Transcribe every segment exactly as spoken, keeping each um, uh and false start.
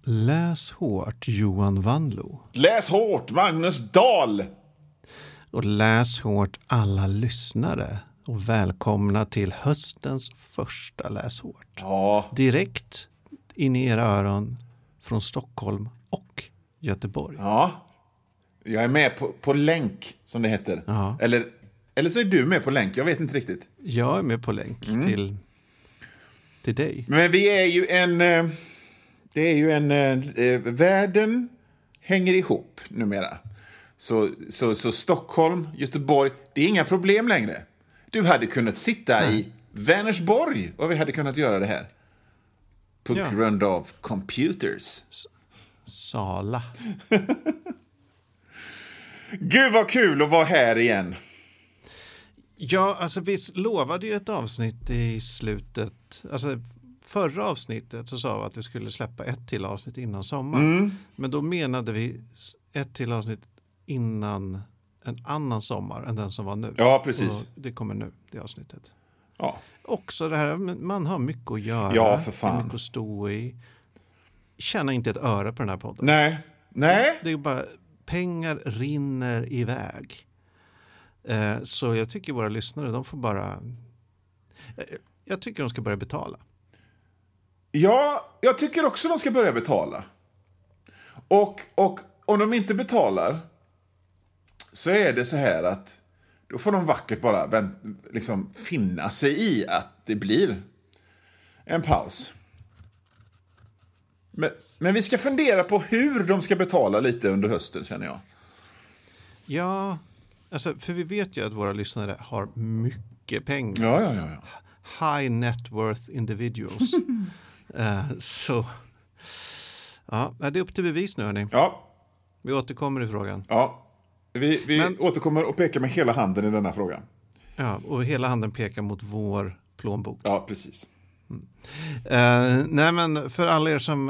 Läs hårt, Johan Vanlo. Läs hårt, Magnus Dahl. Och läs hårt alla lyssnare. Och välkomna till höstens första Läs hårt. Ja. Direkt in i era öron från Stockholm och Göteborg. Ja. Jag är med på, på länk, som det heter. Ja. Eller, eller så är du med på länk, jag vet inte riktigt. Jag är med på länk mm. till, till dig. Men vi är ju en... Det är ju en... Eh, världen hänger ihop numera. Så, så, så Stockholm, Göteborg, det är inga problem längre. Du hade kunnat sitta Nej. i Vänersborg och vi hade kunnat göra det här. På ja. grund av computers. S- Sala. Gud vad kul att vara här igen. Ja, alltså vi lovade ju ett avsnitt i slutet. Alltså förra avsnittet så sa vi att vi skulle släppa ett till avsnitt innan sommar. Mm. Men då menade vi ett till avsnitt innan en annan sommar än den som var nu. Ja, precis. Och det kommer nu, det avsnittet. Ja. Också det här, man har mycket att göra. Ja, för fan. Mycket att stå i. Känna inte ett öra på den här podden. Nej. Nej. Det är bara, pengar rinner iväg. Eh, så jag tycker våra lyssnare, de får bara... Eh, jag tycker de ska börja betala. Ja, jag tycker också de ska börja betala. Och, och om de inte betalar så är det så här att då får de vackert bara vänt, liksom finna sig i att det blir en paus. Men, men vi ska fundera på hur de ska betala lite under hösten, känner jag. Ja, alltså, för vi vet ju att våra lyssnare har mycket pengar. Ja, ja, ja. ja. High net worth individuals. uh, så ja, det är upp till bevis nu, hörni. Ja. Vi återkommer i frågan. Ja. Vi, vi Men, återkommer och pekar med hela handen i denna fråga. Ja, och hela handen pekar mot vår plånbok. Ja, precis. Mm. Uh, nej, men för alla er som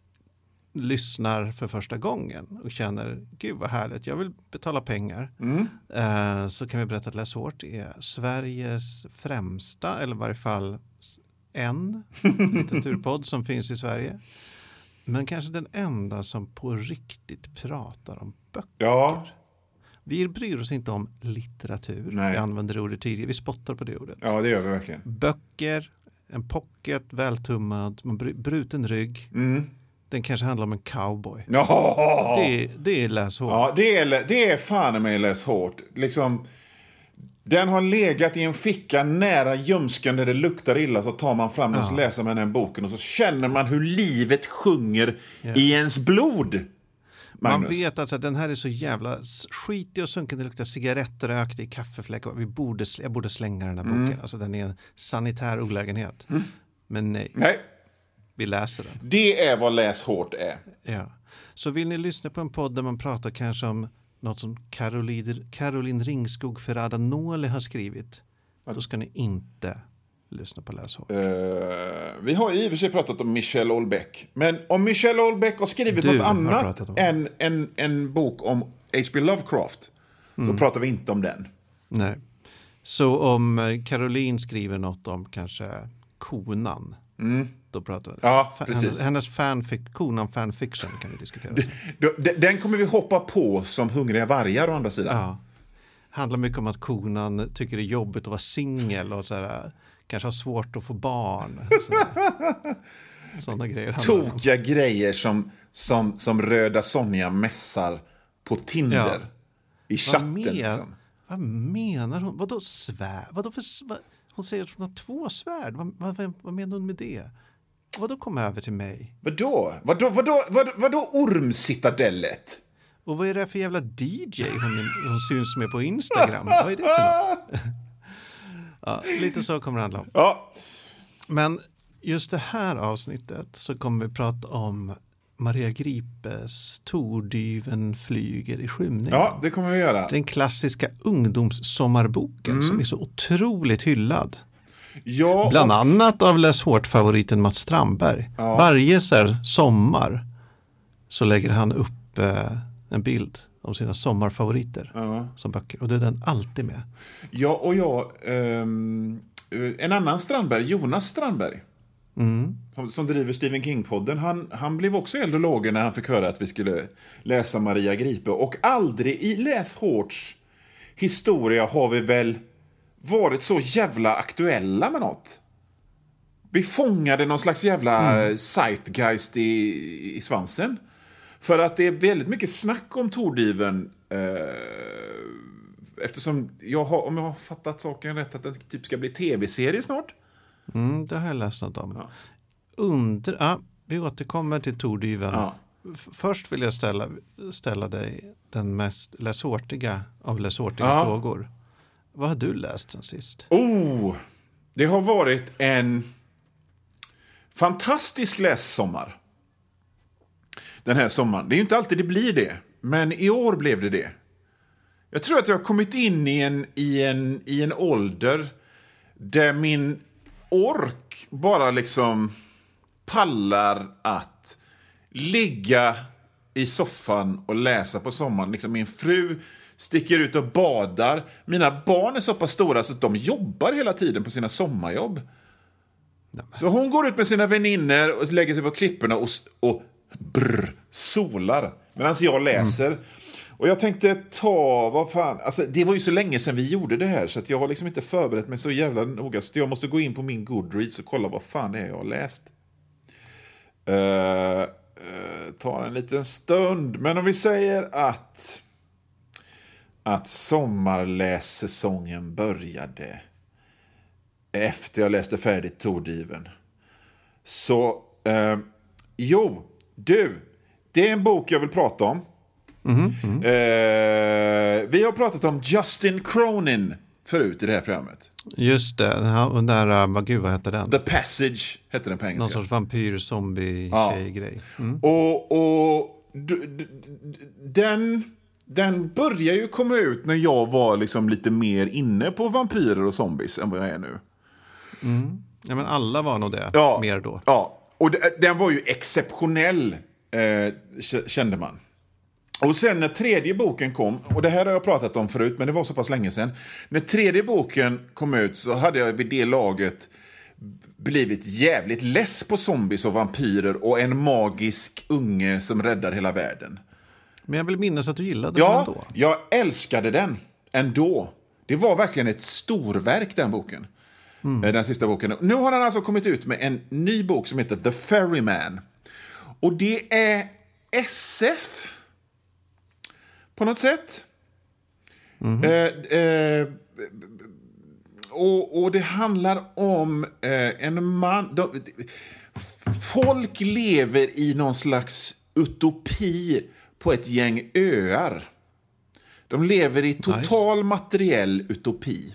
lyssnar för första gången och känner, gud vad härligt, jag vill betala pengar. Mm. Uh, så kan vi berätta att Läs hårt är Sveriges främsta, eller i varje fall en litteraturpodd som finns i Sverige. Men kanske den enda som på riktigt pratar om böcker. Ja. Vi bryr oss inte om litteratur. Nej. Vi använder ordet tidigare. Vi spottar på det ordet. Ja, det gör vi verkligen. Böcker, en pocket, vältummad, bruten rygg. Mm. Den kanske handlar om en cowboy. Ja. Det, det är Läs hårt. Ja, det är, det är fan med Läs hårt. Liksom, den har legat i en ficka nära ljumsken där det luktar illa, så tar man fram den ja. och så läser man den boken och så känner man hur livet sjunger ja. i ens blod. Magnus. Man vet alltså att den här är så jävla skitig och sunken. Det luktar cigarettrök, det är kaffefläckar. Vi borde, jag borde slänga den här boken. Mm. Alltså den är en sanitär olägenhet. Mm. Men nej. Nej. Vi läser den. Det är vad Läs hårt är. Ja. Så vill ni lyssna på en podd där man pratar kanske om något som Caroline, Caroline Ringskog Ferrada Nåle har skrivit, då ska ni inte lyssna på Läs hårt. Uh, vi har i och för sig pratat om Michelle Houellebecq. Men om Michelle Houellebecq har skrivit du något annat än en, en bok om H P Lovecraft, mm. då pratar vi inte om den. Nej. Så om Caroline skriver något om kanske konan, mm. då pratar vi. Ja, precis. Hennes, hennes fanfic, konan fanfiction kan vi diskutera. Den, den kommer vi hoppa på som hungriga vargar å andra sidan. Ja. Handlar mycket om att konan tycker det är jobbigt att vara singel och så här, kanske har svårt att få barn. Sådana grejer. Tokiga grejer som, som, som Röda Sonja mässar på Tinder. Ja. I chatten. Vad, men, liksom. vad menar hon? Vadå svärd? Vadå för, vad, hon säger att hon har två svärd. Vad, vad, vad menar hon med det? Vadå kom över till mig? Vadå? Vadå, vadå, vadå, vadå ormcitadellet? Och vad är det för jävla D J hon, hon syns med på Instagram? Vad är det för något? Ja, lite så kommer det handla om. Ja. Men just det här avsnittet så kommer vi prata om Maria Gripes Tordyven flyger i skymningen. Ja, det kommer vi göra. Den klassiska ungdomssommarboken mm. som är så otroligt hyllad. Ja, Bland och... annat av Läs hårt-favoriten Mats Strandberg. Ja. Varje så här sommar så lägger han upp eh, en bild om sina sommarfavoriter ja. som böcker. Och det är den alltid med. Ja, och jag... Um, en annan Strandberg, Jonas Strandberg. Mm. Som, som driver Stephen King-podden. Han, han blev också eld och lågor när han fick höra att vi skulle läsa Maria Gripe. Och aldrig i Läs Hårts historia har vi väl varit så jävla aktuella med något. Vi fångade någon slags jävla mm. zeitgeist i, i svansen. För att det är väldigt mycket snack om Tordiven. Eh, eftersom jag har, om jag har fattat saken rätt, att den typ ska bli tv-serie snart. Mm, det har jag läst något om. Ja. Undra, ja, vi återkommer till Tordiven. Ja. F- först vill jag ställa, ställa dig den mest läshårtiga av läshårtiga Ja. frågor. Vad har du läst sen sist? Oh, det har varit en fantastisk lässommar. Den här sommaren. Det är ju inte alltid det blir det. Men i år blev det det. Jag tror att jag har kommit in i en, i en, i en ålder där min ork bara liksom pallar att ligga i soffan och läsa på sommaren. Liksom min fru sticker ut och badar. Mina barn är så pass stora så att de jobbar hela tiden på sina sommarjobb. Nämen. Så hon går ut med sina vänner och lägger sig på klipporna och, och brr, solar. Medan jag läser. Mm. Och jag tänkte ta, vad fan, alltså det var ju så länge sedan vi gjorde det här så att jag har liksom inte förberett mig så jävla noga. Så jag måste gå in på min Goodreads och kolla vad fan det är jag har läst. Uh, uh, tar en liten stund. Men om vi säger att att sommarlässäsongen började efter jag läste färdigt Tordiven. Så, uh, jo, du, det är en bok jag vill prata om. Mm, mm. Uh, vi har pratat om Justin Cronin förut i det här programmet. Just det, den där, vad gud, vad heter den? The Passage heter den på engelska. Någon sorts vampyr, zombie, ja. Tjej-grej. Mm. Och, och d- d- d- den, den börjar ju komma ut när jag var liksom lite mer inne på vampyrer och zombies än vad jag är nu. Mm. Ja, men alla var nog det, ja, mer då. Ja, och d- den var ju exceptionell, eh, kände man. Och sen när tredje boken kom, och det här har jag pratat om förut, men det var så pass länge sedan. När tredje boken kom ut så hade jag vid det laget blivit jävligt less på zombies och vampyrer och en magisk unge som räddar hela världen. Men jag vill minnas att du gillade ja, den ändå. Jag älskade den ändå. Det var verkligen ett storverk, den boken. Mm. Den sista boken. Nu har han alltså kommit ut med en ny bok som heter The Ferryman. Och det är S F på något sätt. Mm. Eh, eh, och, och det handlar om eh, en man... De, folk lever i någon slags utopi på ett gäng öar. De lever i total nice. materiell utopi.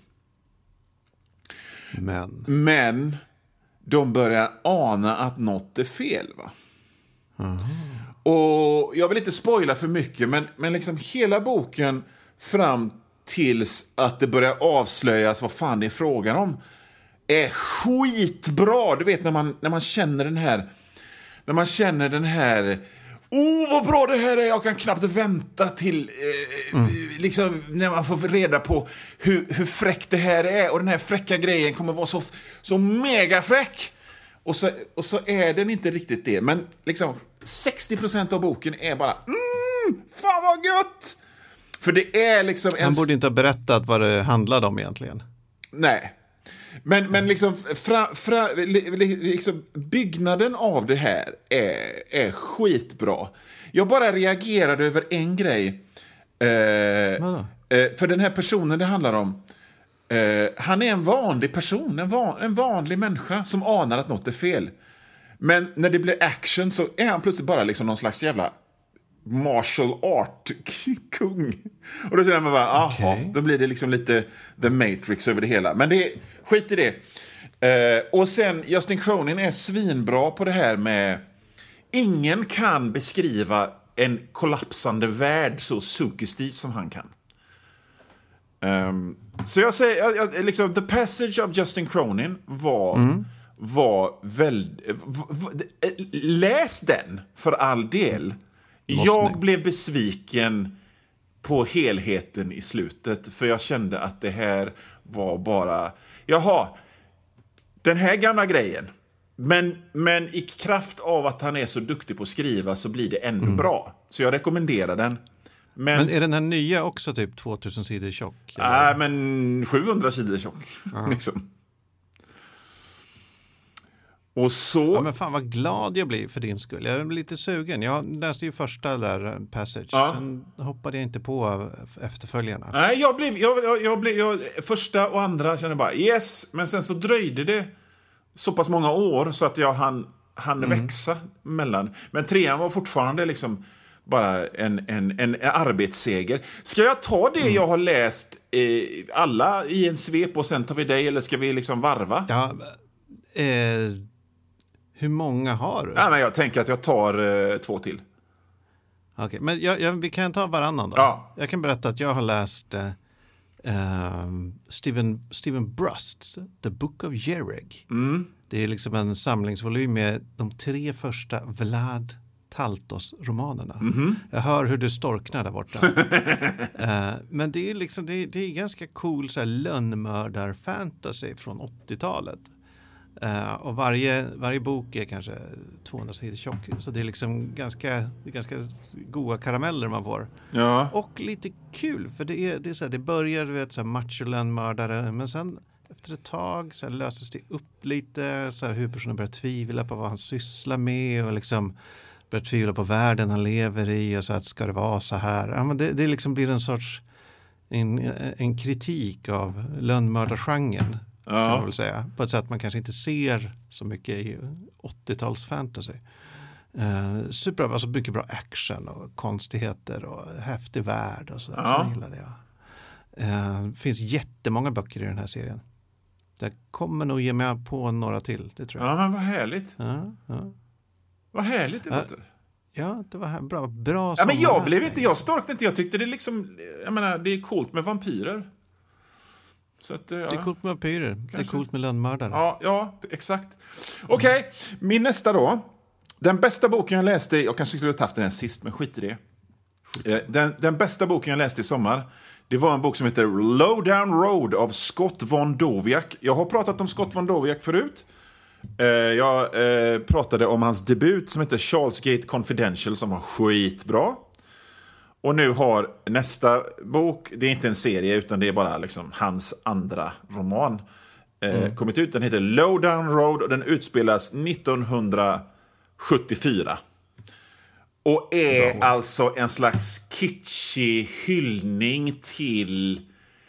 Men... Men de börjar ana att något är fel, va? Mm. Och jag vill inte spoila för mycket, men, men liksom hela boken fram tills att det börjar avslöjas vad fan det är frågan om är skitbra. Du vet när man, när man känner den här när man känner den här oh vad bra det här är, jag kan knappt vänta till eh, mm. liksom när man får reda på hur, hur fräckt det här är, och den här fräcka grejen kommer vara så, så mega fräck. Och så, och så är den inte riktigt det. Men liksom sextio procent av boken är bara mm, fan vad gött. För det är liksom en... Han borde inte ha berättat vad det handlade om egentligen. Nej. Men, men liksom, fra, fra, liksom byggnaden av det här är, är skitbra. Jag bara reagerade över en grej. Eh, eh, för den här personen det handlar om, Uh, han är en vanlig person, en, van, en vanlig människa som anar att något är fel. Men när det blir action så är han plötsligt bara liksom någon slags jävla martial art-kung. Och då känner man bara, aha, okay. Då blir det liksom lite The Matrix över det hela. Men det är skit i det. Uh, och sen, Justin Cronin är svinbra på det här med... Ingen kan beskriva en kollapsande värld så suggestivt som han kan. Um, så jag säger jag, jag, liksom, The Passage of Justin Cronin var, mm. var väldigt... V, v, läs den för all del. Jag ni. blev besviken på helheten i slutet, för jag kände att det här var bara... Jaha, den här gamla grejen, Men, men i kraft av att han är så duktig på att skriva så blir det ännu mm. bra. Så jag rekommenderar den. Men, men är den här nya också typ tvåtusen sidor tjock? Nej, äh, men sjuhundra sidor tjock. liksom. Och så... Ja, men fan vad glad jag blir för din skull. Jag är lite sugen. Jag läste ju första där Passage. Ja. Sen hoppade jag inte på efterföljarna. Nej, jag blev... Jag, jag, jag blev jag, första och andra kände bara yes. Men sen så dröjde det så pass många år så att jag hann, hann mm. växa mellan. Men trean var fortfarande liksom bara en, en, en arbetsseger. Ska jag ta det mm. jag har läst eh, alla i en svep och sen tar vi dig, eller ska vi liksom varva? Ja, eh, hur många har du? Ja, men jag tänker att jag tar eh, två till. Okej, okay, men jag, jag, vi kan ta varannan då. Ja. Jag kan berätta att jag har läst eh, Stephen, Stephen Brusts The Book of Jereg. Mm. Det är liksom en samlingsvolym med de tre första Vlad Taltos-romanerna. Mm-hmm. Jag hör hur du storknar där borta. uh, men det är liksom det är, det är ganska cool så här lönnmördar-fantasy från åttiotalet. Uh, och varje, varje bok är kanske tvåhundra sidor tjock. Så det är liksom ganska, det är ganska goda karameller man får. Ja. Och lite kul, för det, är, det, är så här, det börjar vet, så här, macho-lönnmördare, men sen efter ett tag så här, löses det upp lite, så här, hur personen börjar tvivla på vad han sysslar med och liksom börjar tvivla på världen han lever i och så att ska det vara så här. Ja, men det, det liksom blir en sorts en, en kritik av lönnmördargenren. Ja. Kan man väl säga. På ett sätt man kanske inte ser så mycket i åttio-tals fantasy. Uh, superbra, alltså mycket bra action och konstigheter och häftig värld och sådär. Ja. Jag gillar det. Ja. Uh, finns jättemånga böcker i den här serien. Det kommer nog ge mig på några till, det tror jag. Ja, men vad härligt. Ja, ja. Vad härligt det låter. Uh, ja, det var här, bra. Bra ja, men jag blev inte, jag storkade inte. Jag tyckte det liksom, jag menar, det är coolt med vampyrer. Så att, ja. Det är coolt med vampyrer. Kanske. Det är coolt med lönnmördare. Ja, ja, exakt. Okej, okay, min nästa då. Den bästa boken jag läste, jag kanske skulle ha haft den här sist, men skit i det. Skit. Den, den bästa boken jag läste i sommar, det var en bok som heter Low Down Road av Scott von Doviak. Jag har pratat om Scott von Doviak förut. Jag pratade om hans debut som heter Charles Gate Confidential som var skitbra. Och nu har nästa bok, det är inte en serie utan det är bara liksom hans andra roman, mm. eh, kommit ut. Den heter Low Down Road och den utspelas nittonhundrasjuttiofyra. Och är Bra. alltså en slags kitschig hyllning till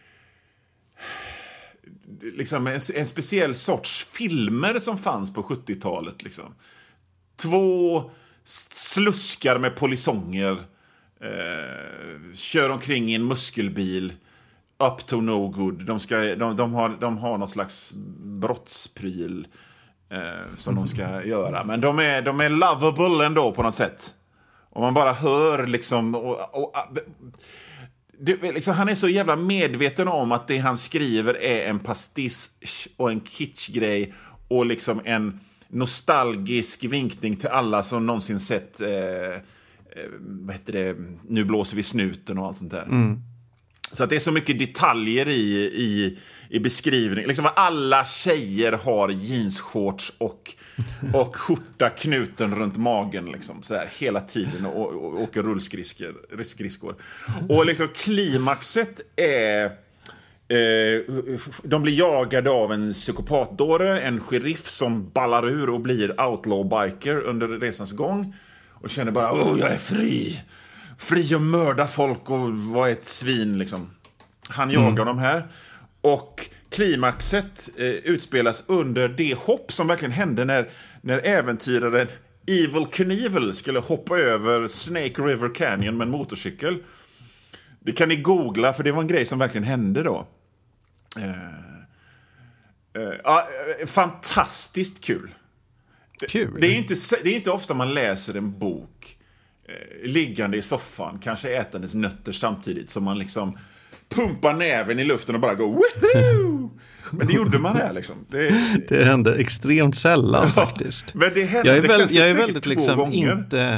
liksom en, en speciell sorts filmer som fanns på sjuttiotalet. Liksom. Två sluskar med polisonger Eh, kör omkring i en muskelbil up to no good. De, ska, de, de, har, de har någon slags brottspryl eh, som de ska göra. Men de är, de är lovable ändå på något sätt. Och man bara hör liksom, och, och, det, liksom han är så jävla medveten om att det han skriver är en pastisch och en kitschgrej och liksom en nostalgisk vinkning till alla som någonsin sett eh, vad heter det, Nu blåser vi snuten och allt sånt där. Mm. Så att det är så mycket detaljer i, i, i beskrivningen. Liksom alla tjejer har jeansshorts och, och skjorta knuten runt magen liksom, så här, hela tiden och, och, och åker rullskridskor. Och liksom klimaxet är eh, de blir jagade av en psykopatdåre, en sheriff som ballar ur och blir outlaw-biker under resans gång. Och känner bara, åh, jag är fri. Fri att mörda folk och vara ett svin, liksom. Han jagar mm. de här. Och klimaxet eh, utspelas under det hopp som verkligen hände när, när äventyraren Evel Knievel skulle hoppa över Snake River Canyon med en motorcykel. Det kan ni googla, för det var en grej som verkligen hände då. Eh, eh, eh, fantastiskt kul. Kul. Det är inte, det är inte ofta man läser en bok eh, liggande i soffan, kanske ätandes nötter samtidigt som man liksom pumpar näven i luften och bara går woohoo! Men det gjorde man här liksom. Det, det hände extremt sällan ja, faktiskt. Men det hände jag är, väl, kanske jag är väldigt två liksom gånger. inte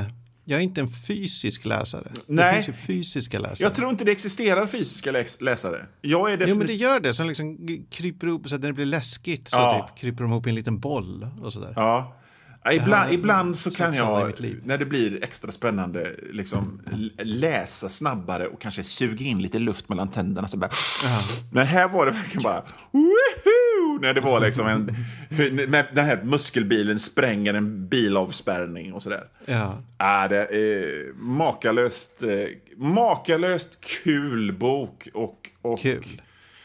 jag är inte en fysisk läsare. Nej. Det finns ju fysiska läsare. Jag tror inte det existerar fysiska läs- läsare. Jag är definitivt... Jo, men det gör det. Som liksom kryper ihop så att när det blir läskigt så Ja. typ kryper de ihop i en liten boll och sådär. Ja. Ja, ibland, här- ibland så kan så alla i jag, mitt liv. när det blir extra spännande, liksom l- läsa snabbare och kanske suga in lite luft mellan tänderna. Så bara, men här var det verkligen bara... Woohoo! När det var liksom en... Med den här muskelbilen spränger en bilavspärrning och sådär. Ja. Ja, det är makalöst, eh, makalöst kul bok. Och, och... Kul.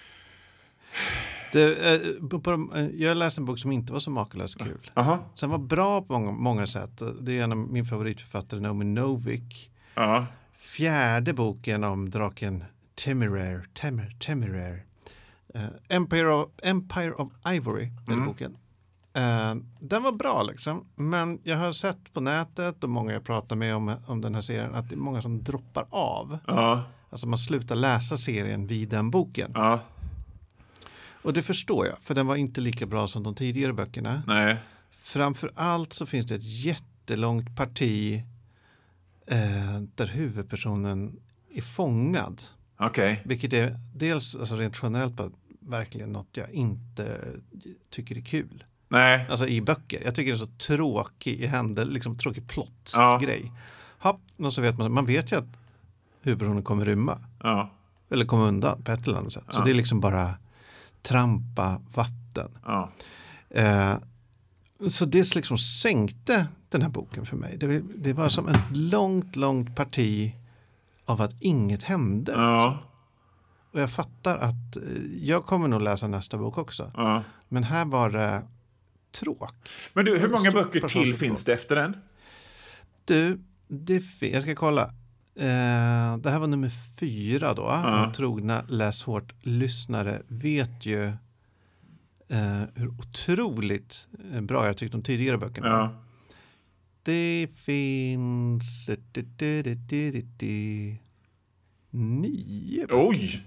Det, eh, på, på, eh, jag läste en bok som inte var så makalöst kul. Aha. Sen var bra på många, många sätt. Det är en av min favoritförfattare, Naomi Novik. Ja. Fjärde boken om draken Temeraire. Temer, Temeraire. Uh, Empire, of, Empire of Ivory, den Mm. boken. Uh, den var bra liksom. Men jag har sett på nätet och många jag pratar med om, om den här serien att det är många som droppar av. Ja. Alltså man slutar läsa serien vid den boken. Ja. Och det förstår jag, för den var inte lika bra som de tidigare böckerna. Nej. Framför allt så finns det ett jättelångt parti eh, där huvudpersonen är fångad. Okej. Okay. Vilket är dels alltså rent generellt bara verkligen något jag inte tycker är kul. Nej. Alltså i böcker. Jag tycker det är så tråkig i händel, liksom tråkig plott Ja. grej. Hopp, och så vet man, man vet ju att huvudpersonen kommer rymma. Ja. Eller komma undan på ett eller annat sätt. Så Ja. det är liksom bara trampa vatten. Ja. Eh, så det liksom sänkte den här boken för mig. Det, det var som ett långt, långt parti av att inget hände. Ja. Och jag fattar att eh, jag kommer nog läsa nästa bok också. Ja. Men här var det tråk. Men du, hur många Stor böcker person till som finns tråk. det efter den? Du, det fin- jag ska kolla. Eh, det här var nummer fyra då. Ja. Och trogna läs hårt lyssnare vet ju eh, hur otroligt eh, bra jag tyckte de tidigare böckerna. Ja. Det finns du, du, du, du, du, du, du, nio böcker. Oj!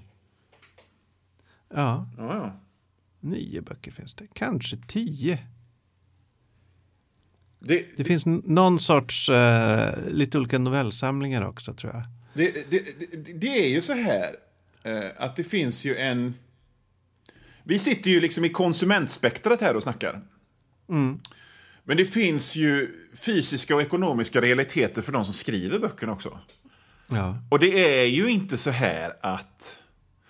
Ja, Ja, ja. nio böcker finns det. Kanske tio. Det, Det finns n- någon sorts eh, lite olika novellsamlingar också tror jag. det, det, det, det är ju så här eh, att det finns ju en... Vi sitter ju liksom i konsumentspektrat här och snackar. Mm. Men det finns ju fysiska och ekonomiska realiteter för de som skriver böckerna också. Ja. Och det är ju inte så här att...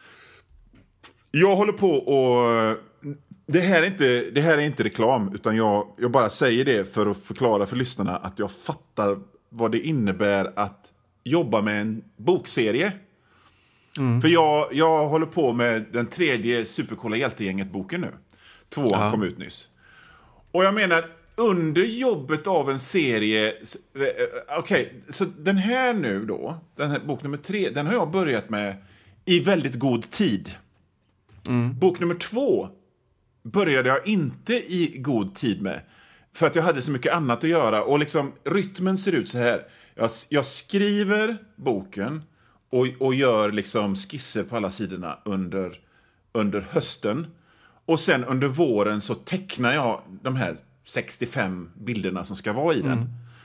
Jag håller på och... Det här är inte, det här är inte reklam, utan jag, jag bara säger det för att förklara för lyssnarna att jag fattar vad det innebär att jobba med en bokserie. Mm. För jag, jag håller på med den tredje Supercoola hjältegänget-boken nu. Tvåan Ja. kom ut nyss. Och jag menar, under jobbet av en serie... Okej, okay, så den här nu då, den här bok nummer tre, den har jag börjat med i väldigt god tid. Mm. Bok nummer två började jag inte i god tid med. För att jag hade så mycket annat att göra. Och liksom, rytmen ser ut så här. Jag, jag skriver boken och, och gör liksom skisser på alla sidorna under, under hösten. Och sen under våren så tecknar jag de här sextiofem bilderna som ska vara i den.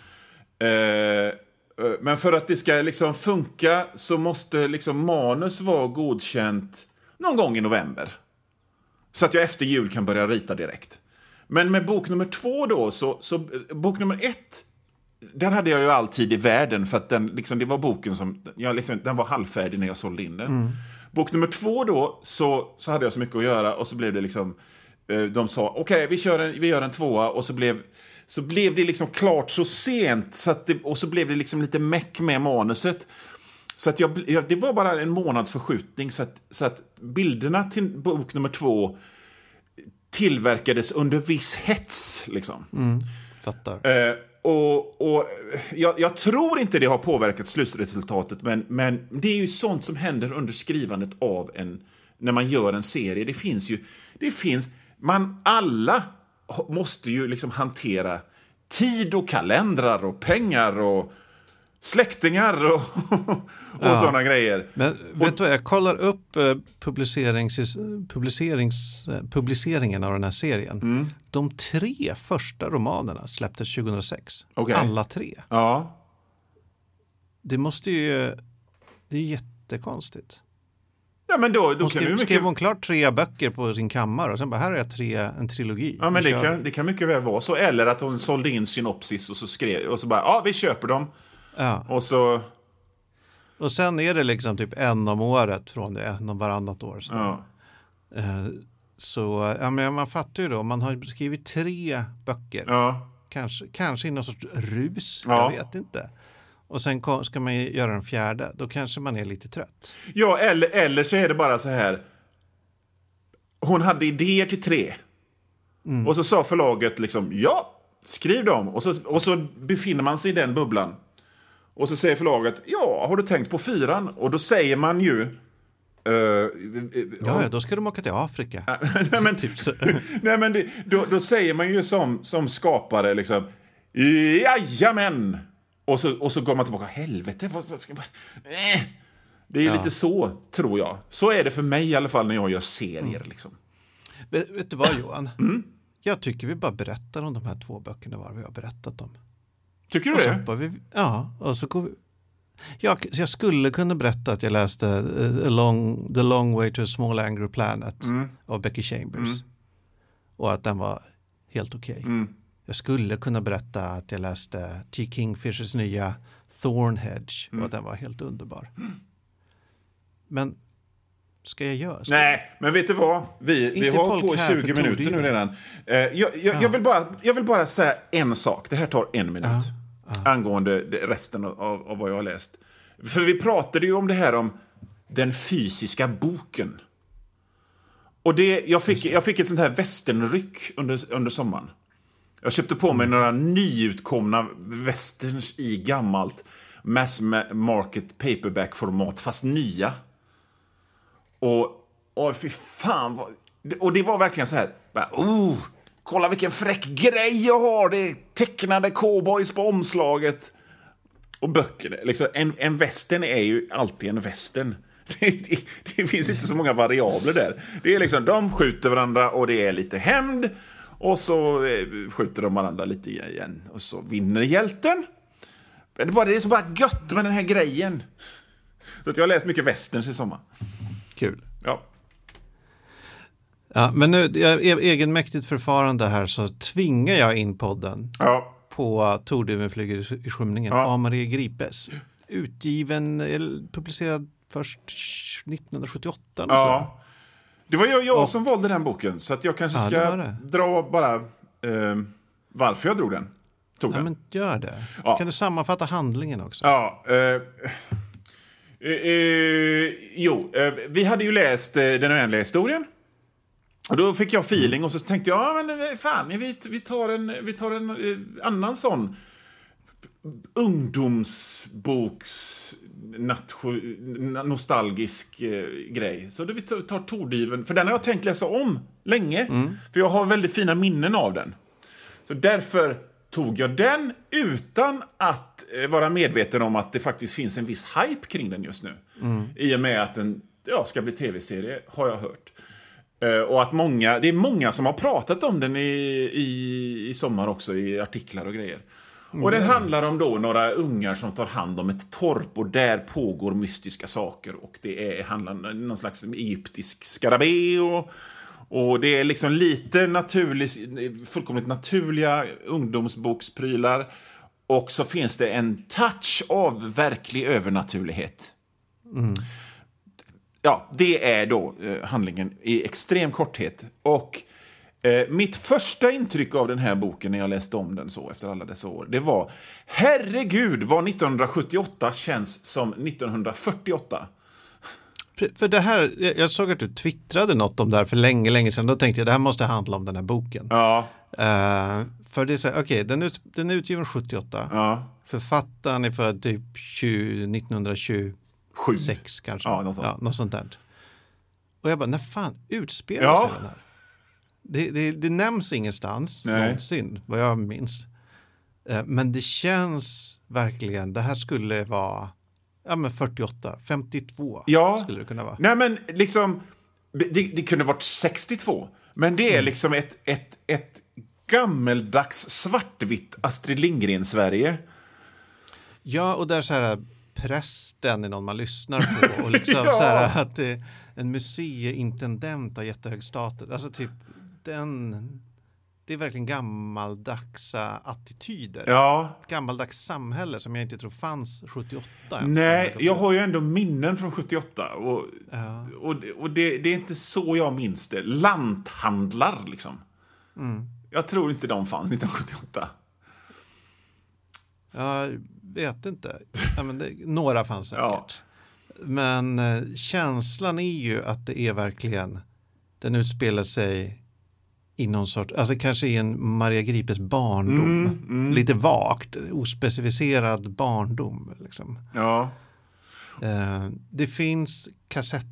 Mm. Eh, men för att det ska liksom funka så måste liksom manus vara godkänt någon gång i november. Så att jag efter jul kan börja rita direkt. Men med bok nummer två då, så, så bok nummer ett, där hade jag ju all tid i världen, för att den, liksom, det var boken som, jag liksom, den var halvfärdig när jag sålde in den. Mm. Bok nummer två då, så, så hade jag så mycket att göra, och så blev det liksom, de sa, okej, okay, vi, kör en, vi gör en tvåa, och så blev, så blev det liksom klart så sent, så att det, och så blev det liksom lite meck med manuset. Så att jag, jag, det var bara en månads förskjutning, så att, så att bilderna till bok nummer två tillverkades under viss hets. Liksom. Mm, fattar. Eh, och och jag, jag tror inte det har påverkat slutresultatet, men, men det är ju sånt som händer under skrivandet av en, när man gör en serie. Det finns ju, det finns, man alla måste ju liksom hantera tid och kalendrar och pengar och släktingar och, och ja. sådana grejer. Men vet du vad, jag kollar upp eh, publicerings, publicerings, eh, publiceringen av den här serien. Mm. De tre första romanerna släpptes tjugohundrasex. Okay. Alla tre. Ja. det måste ju... Det är jättekonstigt. Ja, men då, då hon kan skrev, mycket... skrev hon klart tre böcker på sin kammare och sen bara, här är tre, en trilogi. Ja, men det kör... kan, det kan mycket väl vara så. Eller att hon sålde in synopsis och så skrev och så bara, ja, vi köper dem. Ja. Och så... Och sen är det liksom typ en om året från det, en om varannat år. Så, Ja. uh, så ja, men man fattar ju då, man har skrivit tre böcker. Ja. Kanske, kanske i någon sorts rus, Ja. jag vet inte. Och sen kom, ska man göra en fjärde, då kanske man är lite trött. Ja, eller, eller så är det bara så här. Hon hade idéer till tre. Mm. Och så sa förlaget liksom, ja, skriv dem. Och så, och så befinner man sig i den bubblan. Och så säger förlaget, ja, har du tänkt på fyran? Och då säger man ju... Uh, ja, ja, då ska de åka till Afrika. nej, men, typ så. nej, men det, då, då säger man ju som, som skapare liksom, jajamän! Och så, och så går man tillbaka, helvete, vad, vad ska man... Äh. Det är ju ja. lite så, tror jag. Så är det för mig i alla fall när jag gör serier. Mm. Liksom. Vet, vet du vad, Johan? Mm? Jag tycker vi bara berättar om de här två böckerna var vi har berättat om. Tycker du och det? Vi, ja, och så går vi... Jag, jag skulle kunna berätta att jag läste uh, a long, The Long Way to a Small Angry Planet mm. av Becky Chambers. Mm. Och att den var helt okej. Okay. Mm. Jag skulle kunna berätta att jag läste T. Kingfishers nya Thornhedge mm. och att den var helt underbar. Mm. Men ska jag göra? Ska Nej, jag... men vet du vad? Vi, vi har på tjugo minuter nu redan. Uh, jag, jag, ja. jag, vill bara, jag vill bara säga en sak. Det här tar en minut. Ja. Ja. Angående resten av, av vad jag har läst. För vi pratade ju om det här om den fysiska boken. Och det, jag, fick, jag fick ett sånt här västernryck under, under sommaren. Jag köpte på mig mm. några nyutkomna westerns i gammalt mass market paperback-format, fast nya. Och, och fy fan. Vad, och det var verkligen så här. Bara, oh, kolla vilken fräck grej jag har. Det är tecknade cowboys på omslaget. Och böcker. Liksom, en, en western är ju alltid en western. Det, det, det finns inte så många variabler där. Det är liksom, de skjuter varandra och det är lite hämnd. Och så skjuter de varandra lite igen. Och så vinner hjälten. Det är, bara, det är så bara gött med den här grejen. Så att jag har läst mycket westerns i sommar. Kul. Ja. Ja, men nu, jag, egenmäktigt förfarande här, så tvingar jag in podden ja. på Torduven flyger i skymningen. Ja. A-Marie Gripes. Utgiven, publicerad först nittonhundrasjuttioåtta. Ja. Det var jag, jag och, som valde den boken. Så att jag kanske ska ja, det det. dra bara eh, varför jag drog den. Tog ja, den. Men gör det. Ja. Kan du sammanfatta handlingen också? Ja. Eh, eh, eh, jo, eh, vi hade ju läst eh, Den oändliga historien. Och då fick jag feeling och så tänkte jag, ja men fan, vi, vi tar en, vi tar en eh, annan sån ungdomsboks nation, nostalgisk eh, grej. Så då vi tar, tar Tordyven, för den har jag tänkt läsa om länge. Mm. För jag har väldigt fina minnen av den. Så därför tog jag den utan att eh, vara medveten om att det faktiskt finns en viss hype kring den just nu. Mm. I och med att den ja, ska bli tv-serie, har jag hört. Uh, och att många, det är många som har pratat om den i, i, i sommar också, i artiklar och grejer. Mm. Och den handlar om då några ungar som tar hand om ett torp och där pågår mystiska saker. Och det är, handlar om någon slags egyptisk skarabé och, och det är liksom lite naturlig, fullkomligt naturliga ungdomsboksprylar. Och så finns det en touch av verklig övernaturlighet. Mm. Ja, det är då eh, handlingen i extrem korthet. Och eh, mitt första intryck av den här boken när jag läste om den så efter alla dessa år, det var, herregud vad nittonhundrasjuttioåtta känns som nittonhundrafyrtioåtta. För det här, jag såg att du twittrade något om det här för länge, länge sedan. Då tänkte jag, det här måste handla om den här boken. Ja. Uh, för det är så här, okej, okay, den, ut, den är utgiven sjuttioåtta. Ja. Författaren är för typ tjugo, nittonhundratjugo. Sju. Sex kanske. Ja, något sånt. Ja, något sånt där. Och jag bara, när fan utspelar ja. sig den här? Det, det, det nämns ingenstans Nej. någonsin, vad jag minns. Eh, men det känns verkligen, det här skulle vara ja, men fyrtioåtta, femtiotvå ja. skulle det kunna vara. Nej, men liksom, det, det kunde varit sextiotvå. Men det är mm. liksom ett, ett, ett gammeldags svartvitt Astrid Lindgren-Sverige. Ja, och där så här prästen är någon man lyssnar på och liksom Ja. så här att det, en museiintendent har jättehög status. Alltså typ den, det är verkligen gammaldagsa attityder. Ja. Ett gammaldags samhälle som jag inte tror fanns sjuttioåtta. Ens. Nej, jag har ju ändå minnen från sjuttioåtta. Och, Ja. och, och det, det är inte så jag minns det. Lanthandlar, liksom. Mm. Jag tror inte de fanns nittonhundrasjuttioåtta. Jag vet inte. Ja, men det, några fanns säkert. Ja. Men eh, känslan är ju att det är verkligen, den utspelar sig i någon sorts, alltså kanske i en Maria Gripes barndom. Mm, mm. Lite vagt, ospecificerad barndom. Liksom. Ja. Eh, det finns kassett,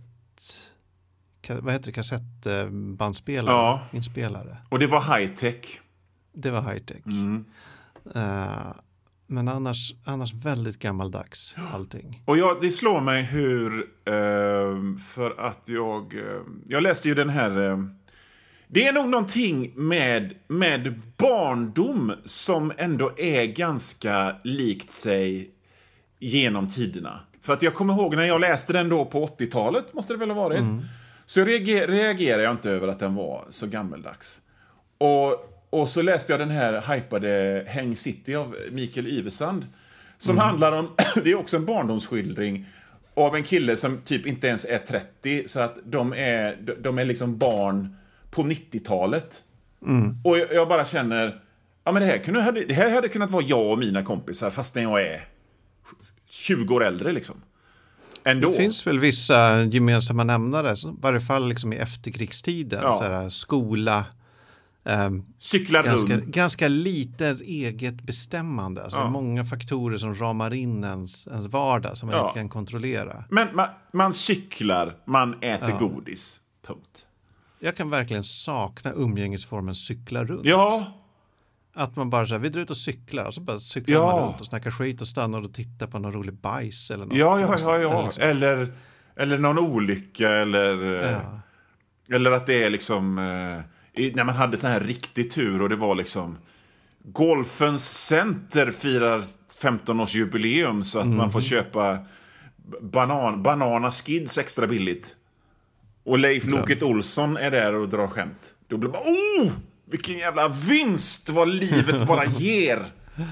ka, vad heter det, kassettbandspelare, Ja. inspelare. Och det var high-tech. Det var high-tech. Mm. Eh, men annars, annars väldigt gammaldags allting. Och jag, det slår mig hur... Eh, för att jag... Eh, jag läste ju den här... Eh, det är nog någonting med, med barndom som ändå är ganska likt sig genom tiderna. För att jag kommer ihåg när jag läste den då på åttiotalet, måste det väl ha varit. Mm. Så reager, reagerade jag inte över att den var så gammeldags. Och... Och så läste jag den här hypade Häng City av Mikael Yvesand. Som mm. handlar om, det är också en barndomsskildring av en kille som typ inte ens är trettio. Så att de är, de är liksom barn på nittiotalet. Mm. Och jag, jag bara känner, ja men det här, kunde, det här hade kunnat vara jag och mina kompisar fastän jag är tjugo år äldre liksom. Ändå. Det finns väl vissa gemensamma nämnare, i varje fall liksom i efterkrigstiden. Ja. Så här, skola... Um, Cykla ganska, runt. ganska lite eget bestämmande. Alltså ja. Många faktorer som ramar in ens, ens vardag som man ja. inte kan kontrollera. Men man, man cyklar, man äter ja. godis. Punkt. Jag kan verkligen sakna umgängesformen cykla runt. Ja. Att man bara så här, vi drar ut och cyklar och så bara cyklar ja. man runt och snackar skit och stannar och tittar på någon rolig bajs eller något. Ja, ja, ja, ja. Eller, eller, eller någon olycka eller, ja. eller att det är liksom... när man hade så här riktig tur och det var liksom Golfens center firar femton-årsjubileum så att mm. man får köpa banan, banana skids extra billigt. Och Leif Loket Olsson är där och drar skämt. Då blir man, oh, vilken jävla vinst vad livet bara ger.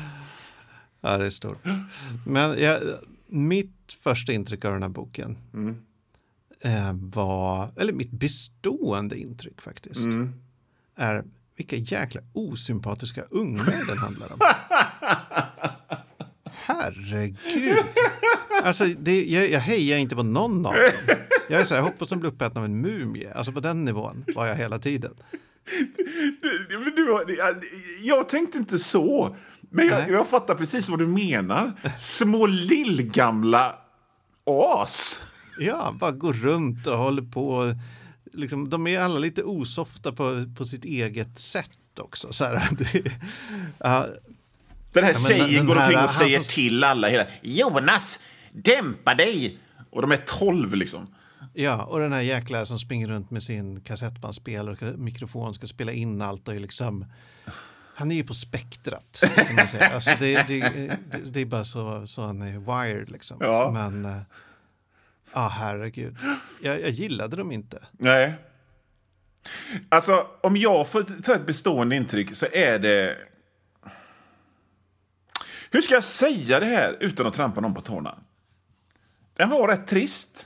Ja, det är stort. Men jag, mitt första intryck av den här boken mm. eh, var, eller mitt bestående intryck faktiskt. Mm. är vilka jäkla osympatiska ungar den handlar om. Herregud. Alltså, det, jag, jag hejar inte på någon av dem. Jag är så här, jag hoppas de blir uppätna av en mumie. Alltså på den nivån var jag hela tiden. Du, du, du, jag tänkte inte så. Men jag, jag fattar precis vad du menar. Små lillgamla as. Ja, bara går runt och håller på... Liksom, de är alla lite osofta på, på sitt eget sätt också. Så här, det, uh, den här tjejen ja, den går omkring och säger som... till alla hela Jonas, dämpa dig! Och de är tolv liksom. Ja, och den här jäkla som springer runt med sin kassettbandspelare och mikrofon ska spela in allt och är liksom... Han är ju på spektrat, kan man säga. Alltså det, det, det, det är bara så, så han är wired liksom. Ja. Men... Uh, Ja, ah, herregud. Jag, jag gillade dem inte. Nej. Alltså, om jag får ta ett bestående intryck så är det... Hur ska jag säga det här utan att trampa någon på tårna? Den var rätt trist.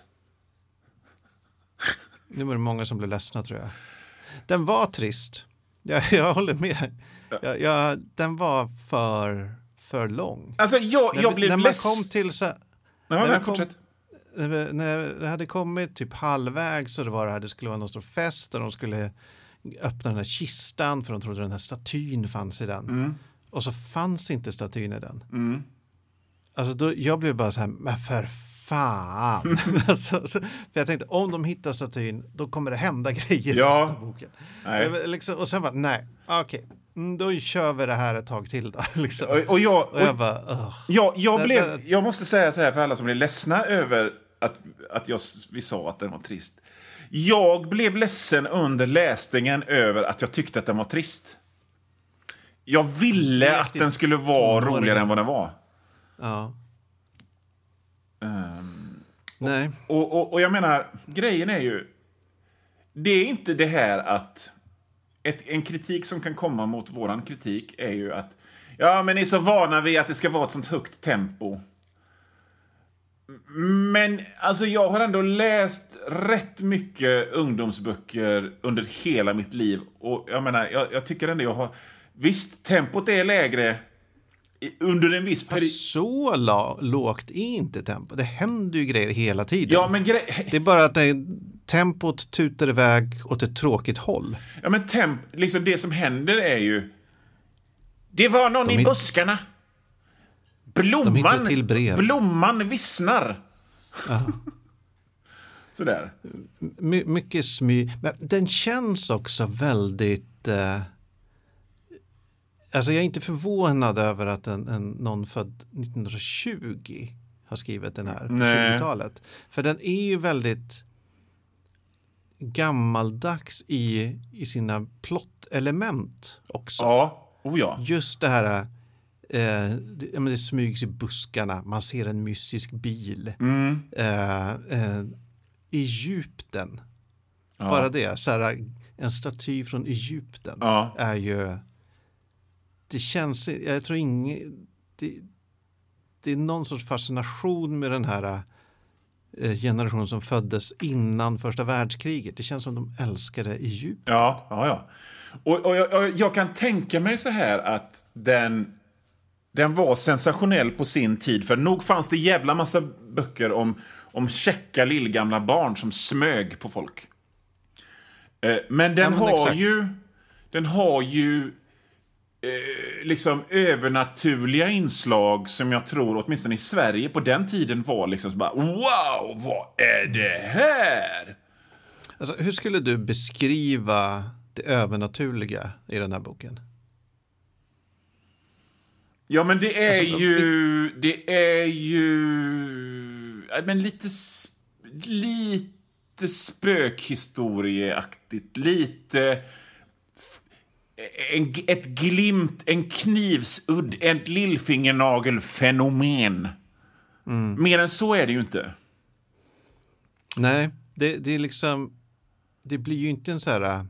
Nu var det många som blev ledsna, tror jag. Den var trist. Jag, jag håller med. Jag, jag, den var för, för lång. Alltså, jag, jag när, blev när man less... kom till så... Ja, när men fortsätt. Kom, när det hade kommit typ halvvägs så det var det här, det skulle vara någon stor fest och de skulle öppna den här kistan för de trodde den här statyn fanns i den. Mm. Och så fanns inte statyn i den. Mm. Alltså då, jag blev bara så här, men för fan. alltså, så, för jag tänkte, om de hittar statyn då kommer det hända grejer ja. i nästa boken. Jag, liksom, och sen bara, nej, okej. Okay. Då kör vi det här ett tag till då. Liksom. Och, och jag, och, och jag bara, uh. jag, jag, blev, jag måste säga så här för alla som blir ledsna över att, att jag, vi sa att den var trist. Jag blev ledsen under läsningen över att jag tyckte att den var trist. Jag ville att den skulle vara roligare än vad den var. Ja. Nej. Och, och, och jag menar, grejen är ju... Det är inte det här att... Ett, en kritik som kan komma mot våran kritik är ju att... Ja, men ni är så vana vid att det ska vara ett sånt högt tempo. Men alltså jag har ändå läst rätt mycket ungdomsböcker under hela mitt liv. Och jag menar, jag, jag tycker ändå jag har... Visst, tempot är lägre under en viss period. Så la, lågt är inte tempo. Det händer ju grejer hela tiden. Ja, men gre- det är bara att det, tempot tutar iväg åt ett tråkigt håll. Ja, men temp, liksom det som händer är ju... Det var någon De i hit- buskarna. Blomman, till brev. blomman vissnar. Sådär. My, mycket smy. Men den känns också väldigt... Eh, alltså jag är inte förvånad över att en, en, någon född nittonhundratjugo har skrivit den här på Nej. tjugotalet. För den är ju väldigt gammaldags i, i sina plottelement också. Ja, oh ja. Just det här, eh, det, ja, men det smygs i buskarna, man ser en mystisk bil. Mm. Eh, eh, Egypten, Ja. bara det, så här, en staty från Egypten Ja. är ju, det känns, jag tror inget, det, det är någon sorts fascination med den här eh, generationen som föddes innan första världskriget. Det känns som de älskade Egypten. Ja, ja, ja. Och, och jag, jag kan tänka mig så här att den, den var sensationell på sin tid. För nog fanns det jävla massa böcker om, om käcka lillgamla barn som smög på folk. Eh, men den Ja, men har exakt. ju den har ju eh, liksom övernaturliga inslag som jag tror, åtminstone i Sverige på den tiden, var liksom så bara, wow, vad är det här? Alltså, hur skulle du beskriva det övernaturliga i den här boken? Ja, men det är Alltså, ju... Det är ju... ja, Men lite... s- Lite spökhistorieaktigt. Lite... f- En, ett glimt, en knivsudd, ett lillfingernagelfenomen. Mer än så är det ju inte. Nej, det, det är liksom, det blir ju inte en så här äh,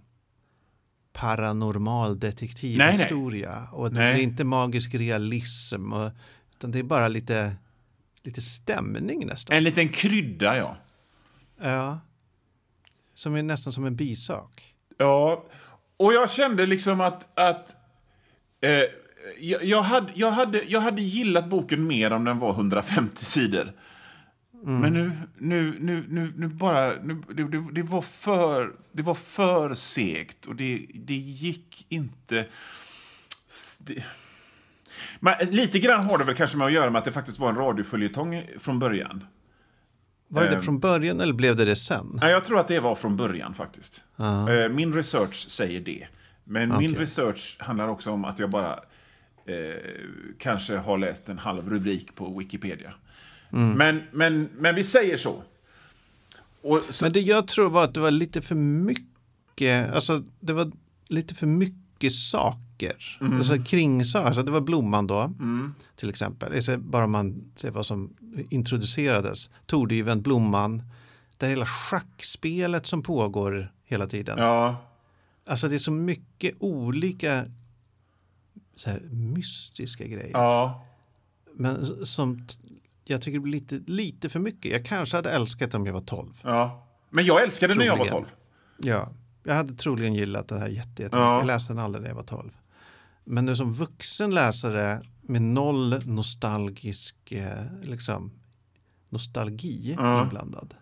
paranormal detektivhistoria. Och det Nej. är inte magisk realism. Och, utan det är bara lite, lite stämning nästan. En liten krydda, ja. Ja. Som är nästan som en bisak. Ja, och jag kände liksom att, att eh, jag, jag, hade, jag, hade, jag hade gillat boken mer om den var hundrafemtio sidor. Mm. Men nu, nu, nu, nu, nu bara, nu, det, det, det, var för, det var för segt och det, det gick inte... Det, men lite grann har det väl kanske med att göra med att det faktiskt var en radioföljetong från början. Var det det Eh, från början eller blev det det sen? Nej, jag tror att det var från början faktiskt. Ja. Eh, Min research säger det. Men min Okej. research handlar också om att jag bara eh, kanske har läst en halv rubrik på Wikipedia. Men, men, men vi säger så. Och så Men det jag tror var att det var lite för mycket, alltså det var lite för mycket saker. Mm. Alltså kringsaker, alltså det var Blomman då, till exempel. Alltså bara man ser vad som introducerades. Tordyven, Blomman, det hela schackspelet som pågår hela tiden. ja, Alltså det är så mycket olika så här, mystiska grejer. ja, Men som t- jag tycker det blir lite, lite för mycket. Jag kanske hade älskat om jag var tolv. ja. Men jag älskade när jag var Troligen. tolv. Ja, jag hade troligen gillat det här jätte, jättemycket. Ja. Jag läste den aldrig när jag var tolv. Men nu som vuxen läsare med noll nostalgisk eh, liksom, nostalgi Ja. inblandad.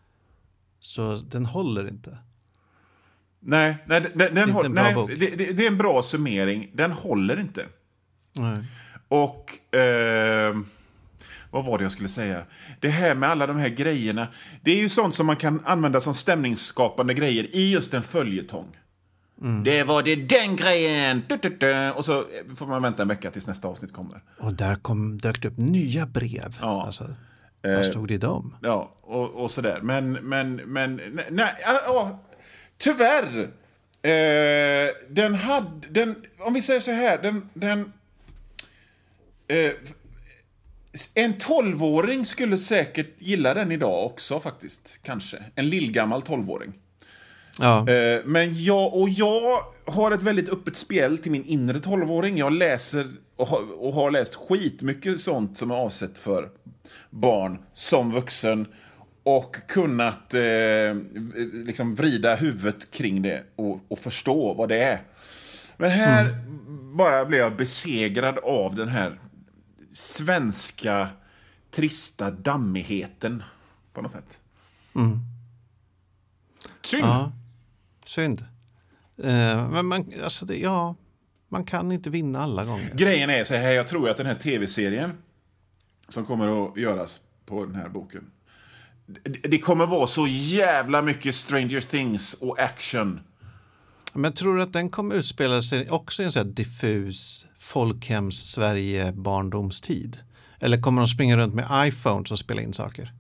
Så den håller inte. Nej, nej, den, den, den inte håll, en bra nej bok. det, det, det är en bra summering. Den håller inte. Nej. Och eh, vad var det jag skulle säga? Det här med alla de här grejerna. Det är ju sånt som man kan använda som stämningsskapande grejer i just en följetong. Mm. Det var det den grejen! Du, du, du. Och så får man vänta en vecka tills nästa avsnitt kommer. Och där kom, dök det upp nya brev. Ja. Alltså, vad stod det i dem? Ja, och, och sådär. Men, men, men, nej, nej ja, tyvärr. Eh, den hade, den, om vi säger så här, den, den eh, En tolvåring skulle säkert gilla den idag också faktiskt. Kanske. En lillgammal tolvåring. Ja. Eh, Men jag, och jag har ett väldigt öppet spjäll till min inre tolvåring. Jag läser och har, och har läst skitmycket sånt som är avsett för barn som vuxen. Och kunnat eh, liksom vrida huvudet kring det och, och förstå vad det är. Men här mm. bara blev jag besegrad av den här svenska trista dammigheten på något sätt. Mm. Synd. Ja, synd. Eh, men man, alltså det, ja, man kan inte vinna alla gånger. Grejen är så här, jag tror att den här tv-serien som kommer att göras på den här boken, det, det kommer vara så jävla mycket Stranger Things och action. Men tror du att den kommer utspela sig också i en sån här diffus folkhems Sverige barndomstid? Eller kommer de springa runt med iPhones och spela in saker?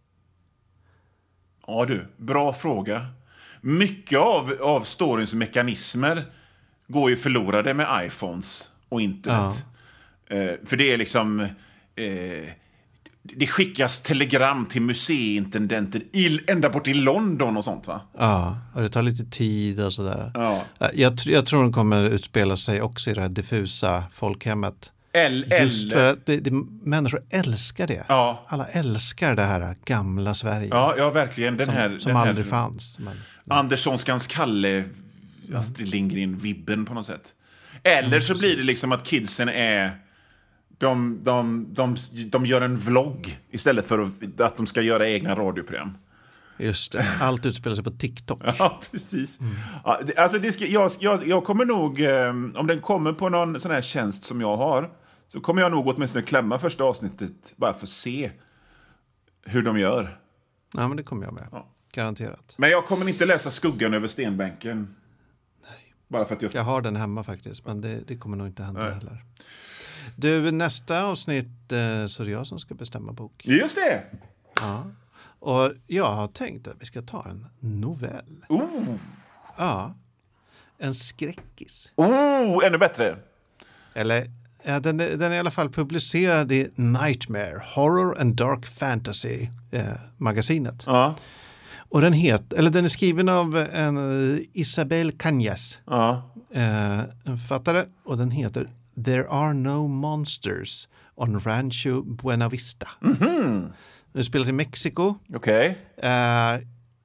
Ja du, bra fråga. Mycket av, av storyns mekanismer går ju förlorade med iPhones och internet. Ja. Eh, för det är liksom... Eh, det skickas telegram till museiintendenter i, ända bort i London och sånt, va? Ja, och det tar lite tid och sådär. Ja. Jag, jag tror den kommer utspela sig också i det här diffusa folkhemmet. Eller... Just för att det, det, människor älskar det. Ja. Alla älskar det här gamla Sverige. Ja, ja verkligen. Den som här, som den här aldrig fanns. Men, Anderssonskans Kalle, Astrid Lindgren-vibben på något sätt. Eller så blir det liksom att kidsen är... De, de, de, de gör en vlogg istället för att de ska göra egna radioprogram. Just det. Allt utspelar sig på TikTok. Ja, precis. Mm. Ja, det, alltså det ska, jag, jag, jag kommer nog, eh, om den kommer på någon sån här tjänst som jag har, så kommer jag nog åtminstone klämma första avsnittet bara för att se hur de gör. Ja, men det kommer jag med. Ja. Garanterat. Men jag kommer inte läsa Skuggan över stenbänken. Nej. Bara för att jag... jag har den hemma faktiskt, men det, det kommer nog inte hända Nej. heller. Du, nästa avsnitt eh, så är det jag som ska bestämma bok. Just det! Ja. Och jag har tänkt att vi ska ta en novell. Oh! Ja. En skräckis. Oh, ännu bättre! Eller, ja, den, den är i alla fall publicerad i Nightmare, Horror and Dark Fantasy eh, magasinet. Ja. Och den het, eller den är skriven av en Isabel Cañas. Ja. Eh, en författare, och den heter There Are No Monsters on Rancho Buena Vista. Mhm. Den spelas i Mexiko. Okej. Okay. Eh,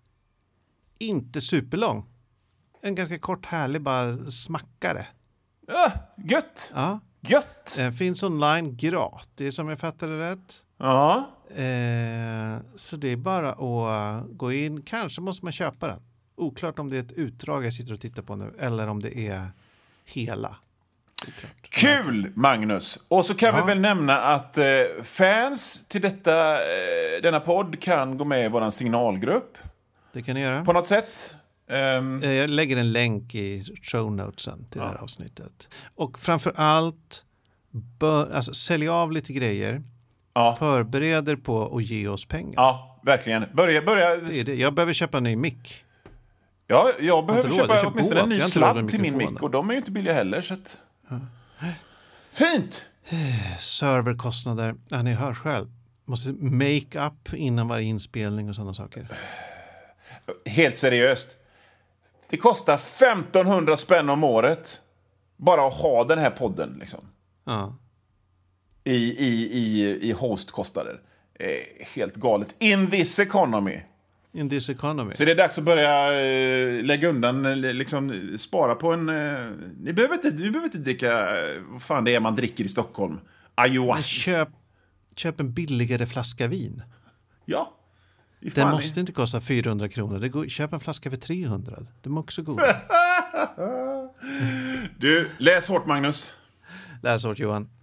inte superlång. En ganska kort, härlig, bara smackare. Ja, gött! Ja. Gött! Den finns online gratis, som jag fattade rätt. Ja. Eh, så det är bara att gå in. Kanske måste man köpa den. Oklart om det är ett utdrag jag sitter och tittar på nu, eller om det är hela. Oklart. Kul, Magnus! Och så kan ja. vi väl nämna att eh, fans till detta, eh, denna podd kan gå med i vår signalgrupp. Det kan ni göra. På något sätt. Um... Jag lägger en länk i show notesen till ja. det här avsnittet. Och framför allt bör, alltså, sälja av lite grejer. Ja. Förbereder på att ge oss pengar. Ja, verkligen. Börja, börja... Det är det. Jag behöver köpa en ny mick. Ja, jag behöver jag köpa åtminstone en ny sladd till min mick. Och de är ju inte billiga heller. Så att... ja. Fint! Serverkostnader. Ja, ni hör själv. Måste make up innan varje inspelning och sådana saker. Helt seriöst. Det kostar femtonhundra spänn om året bara att ha den här podden liksom. Ja. I, i, i, i hostkostnader. Eh, helt galet. In this economy. In this economy. Så det är dags att börja eh, lägga undan, liksom spara på en... Eh, ni, behöver inte, ni behöver inte dricka... Eh, vad fan det är man dricker i Stockholm? Ayahuasca. Köp, köp en billigare flaska vin. Ja. Det måste inte kosta fyrahundra kronor. Det går, köp en flaska för trehundra. De är också goda. Du, läs hårt, Magnus. Läs hårt, Johan.